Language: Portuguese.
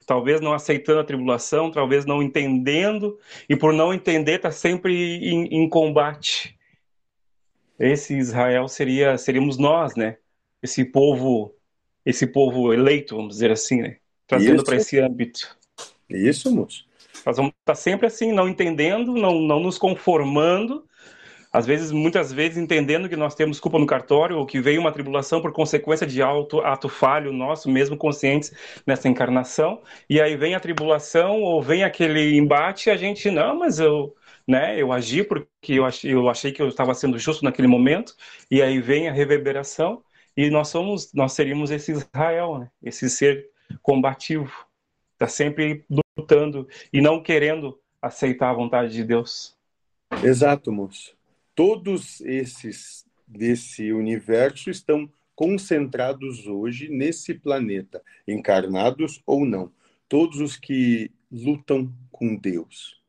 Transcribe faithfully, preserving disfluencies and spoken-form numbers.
talvez não aceitando a tribulação, talvez não entendendo, e por não entender está sempre em, em combate. Esse Israel seria seríamos nós, né? Esse povo, esse povo eleito, vamos dizer assim, né? Trazendo para Isso, esse âmbito. isso, moço. Nós vamos estar sempre assim, não entendendo, não, não nos conformando, às vezes, muitas vezes, entendendo que nós temos culpa no cartório, ou que veio uma tribulação por consequência de auto, ato falho nosso, mesmo conscientes nessa encarnação, e aí vem a tribulação, ou vem aquele embate, e a gente, não, mas eu, né, eu agi porque eu achei, eu achei que eu estava sendo justo naquele momento, e aí vem a reverberação, e nós somos, nós seríamos esse Israel, né, esse ser combativo, está sempre lutando e não querendo aceitar a vontade de Deus. Exato, moço. Todos esses desse universo estão concentrados hoje nesse planeta, encarnados ou não. Todos os que lutam com Deus.